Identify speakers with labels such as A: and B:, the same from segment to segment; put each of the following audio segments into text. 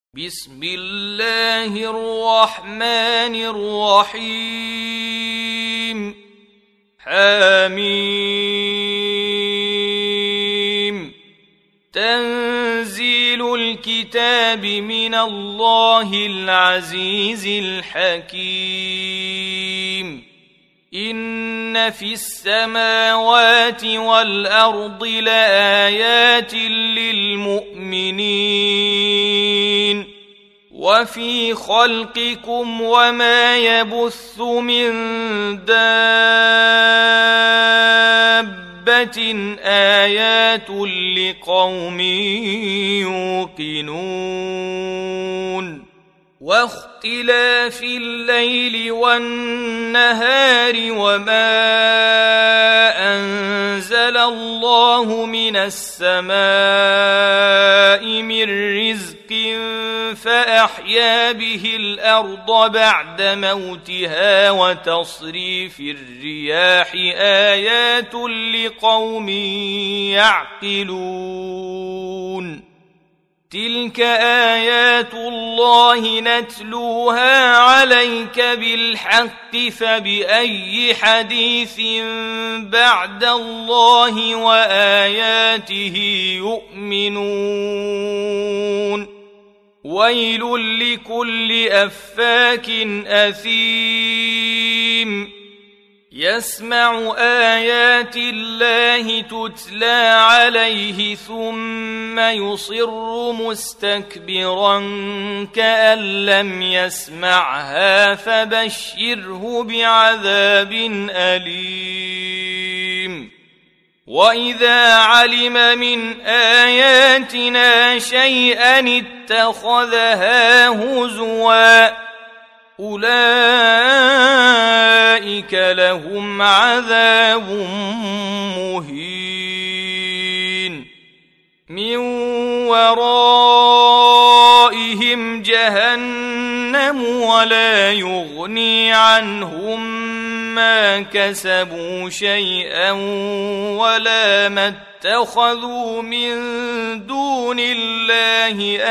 A: بسم الله الرحمن الرحيم حميم تنزيل الكتاب من الله العزيز الحكيم إن في السماوات والأرض لآيات للمؤمنين وفي خلقكم وما يبث من دابة آيات لقوم يوقنون واختلاف الليل والنهار وما أنزل الله من السماء من رزق فأحيا به الأرض بعد موتها وتصريف الرياح آيات لقوم يعقلون تلك آيات الله نتلوها عليك بالحق فبأي حديث بعد الله وآياته يؤمنون ويل لكل أفاك أثيم يسمع آيات الله تتلى عليه ثم يصر مستكبرا كأن لم يسمعها فبشره بعذاب أليم وإذا علم من آياتنا شيئا اتخذها هزوا أولئك لهم عذاب مهين من ورائهم جهنم ولا يغني عنهم ما كسبوا شيئا ولا ما اتخذوا من دون الله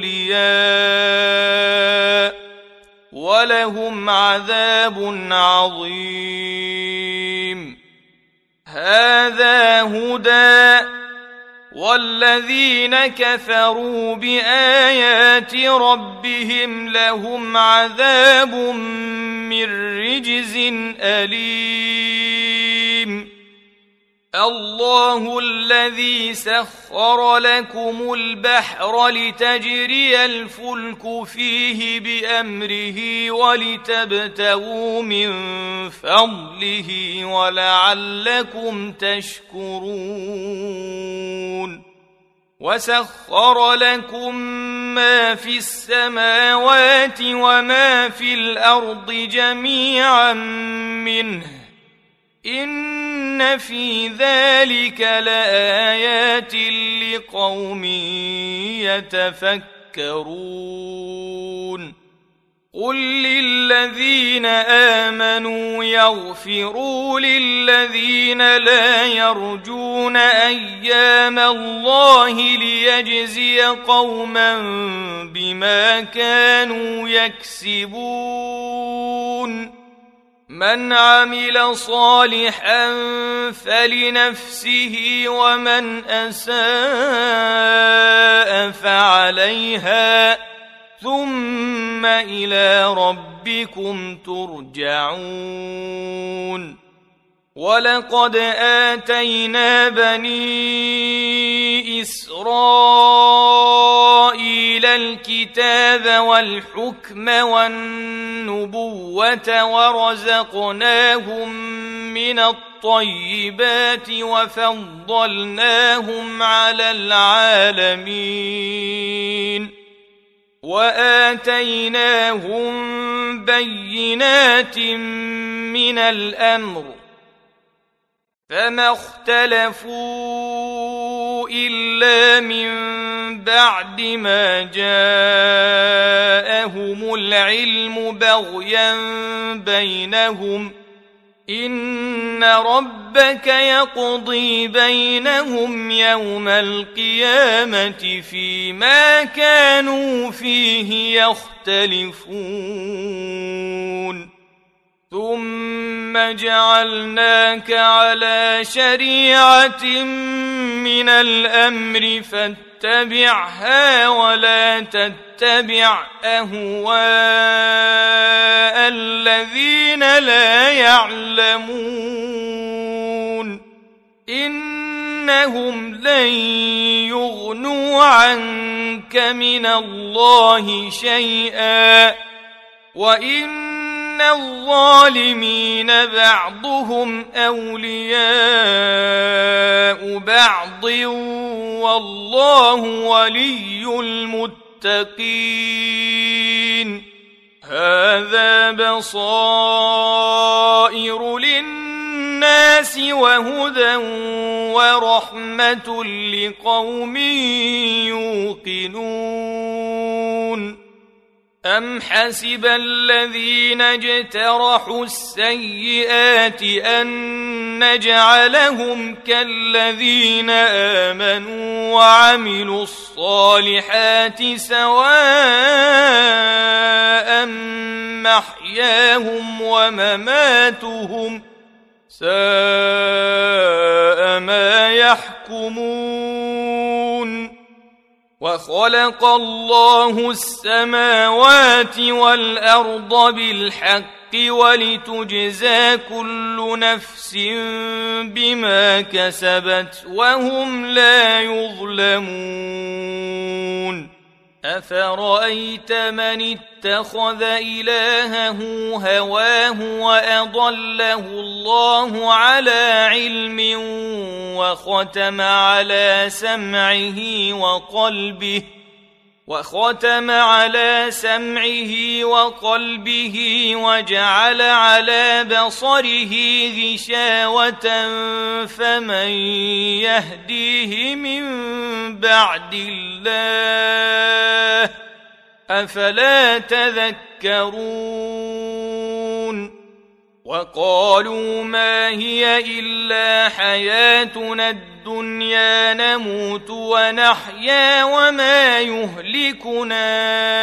A: أولياء ولهم عذاب عظيم هذا هدى والذين كفروا بآيات ربهم لهم عذاب من رجز أليم الله الذي سخر لكم البحر لتجري الفلك فيه بأمره ولتبتغوا من فضله ولعلكم تشكرون وسخر لكم ما في السماوات وما في الأرض جميعا منه إن في ذلك لآيات لقوم يتفكرون قل للذين آمنوا يغفروا للذين لا يرجون أيام الله ليجزي قوما بما كانوا يكسبون من عمل صالحا فلنفسه ومن أساء فعليها ثم إلى ربكم ترجعون ولقد آتينا بني إسرائيل الكتاب والحكم والنبوة ورزقناهم من الطيبات وفضلناهم على العالمين وآتيناهم بينات من الأمر فما اختلفوا إلا من بعد ما جاءهم العلم بغيا بينهم إن ربك يقضي بينهم يوم القيامة فيما كانوا فيه يختلفون ثم جعلناك على شريعة من الأمر فاتبعها ولا تتبع أهواء الذين لا يعلمون إنهم لن يغنوا عنك من الله شيئا وإن الظالمين بعضهم أولياء بعض والله ولي المتقين هذا بصائر للناس وهدى ورحمة لقوم يوقنون أم حسب الذين اجترحوا السيئات أن نجعلهم كالذين آمنوا وعملوا الصالحات سواء محياهم ومماتهم ساء ما يحكمون وخلق الله السماوات والأرض بالحق ولتجزى كل نفس بما كسبت وهم لا يظلمون أفرأيت من اتخذ إلهه هواه وأضله الله على علم وختم على سمعه وقلبه وجعل على بصره غشاوة فمن يهديه من بعد الله أفلا تذكرون وقالوا ما هي إلا حياتنا الدنيا نموت ونحيا وما يهلكنا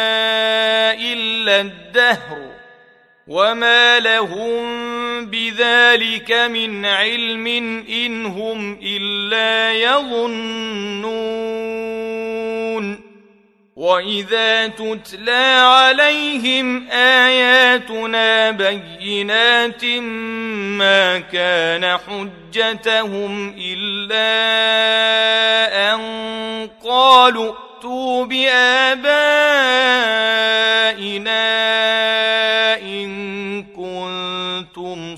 A: إلا الدهر وما لهم بذلك من علم إن هم إلا يظنون وإذا تتلى عليهم آياتنا بينات ما كان حجتهم إلا أن قالوا ائتوا بآبائنا إن كنتم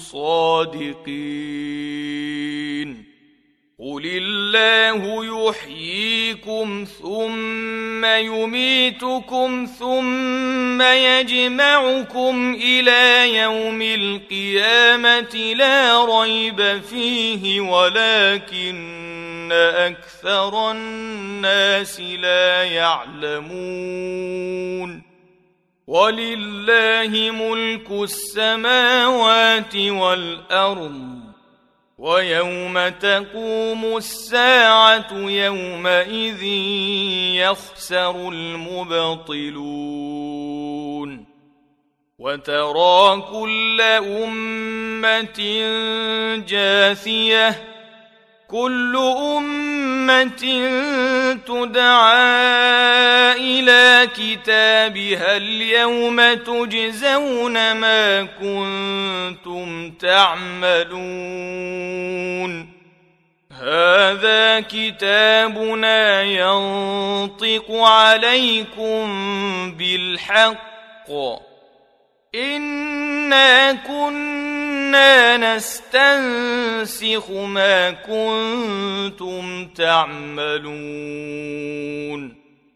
A: صادقين قل الله يحييكم ثم يميتكم ثم يجمعكم إلى يوم القيامة لا ريب فيه ولكن أكثر الناس لا يعلمون ولله ملك السماوات والأرض ويوم تقوم الساعة يومئذ يخسر المبطلون وترى كل أمة جاثية كل أمة تدعى إلى كتابها اليوم تجزون ما كنتم تعملون هذا كتابنا ينطق عليكم بالحق إنا كنا نستنسخ ما كنتم تعملون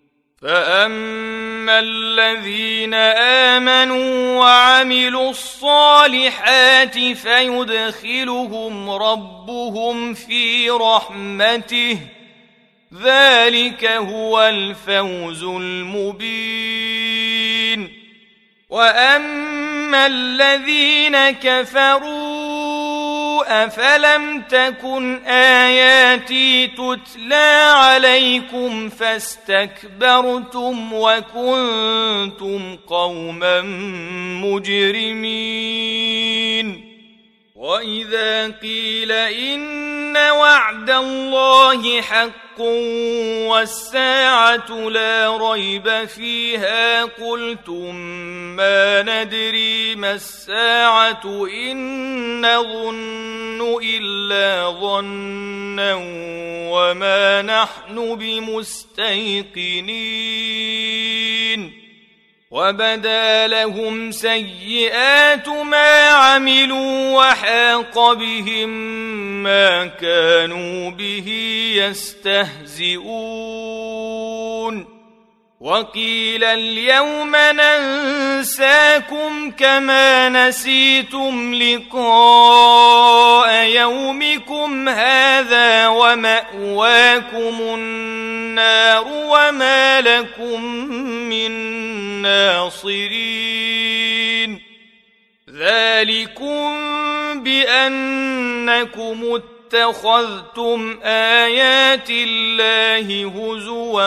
A: فأما الذين آمنوا وعملوا الصالحات فيدخلهم ربهم في رحمته ذلك هو الفوز المبين وأما الذين كفروا أفلم تكن آياتي تتلى عليكم فاستكبرتم وكنتم قوما مجرمين وإذا قيل إن وعد الله حق والساعة لا ريب فيها قلتم ما ندري ما الساعة إن نظن إلا ظنا وما نحن بمستيقنين وبدا لهم سيئات ما عملوا وحاق بهم ما كانوا به يستهزئون وقيل اليوم ننساكم كما نسيتم لقاء يومكم هذا ومأواكم النار وما لكم من ناصرين ذلكم بأنكم اتخذتم آيات الله هزوا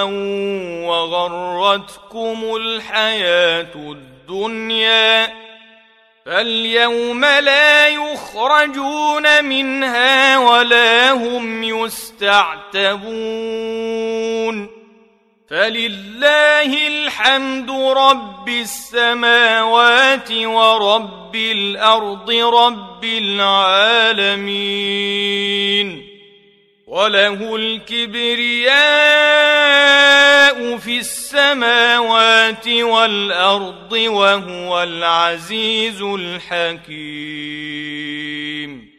A: وغرتكم الحياة الدنيا فاليوم لا يخرجون منها ولا هم يستعتبون فلله الحمد رب السماوات ورب الأرض رب العالمين وله الكبرياء في السماوات والأرض وهو العزيز الحكيم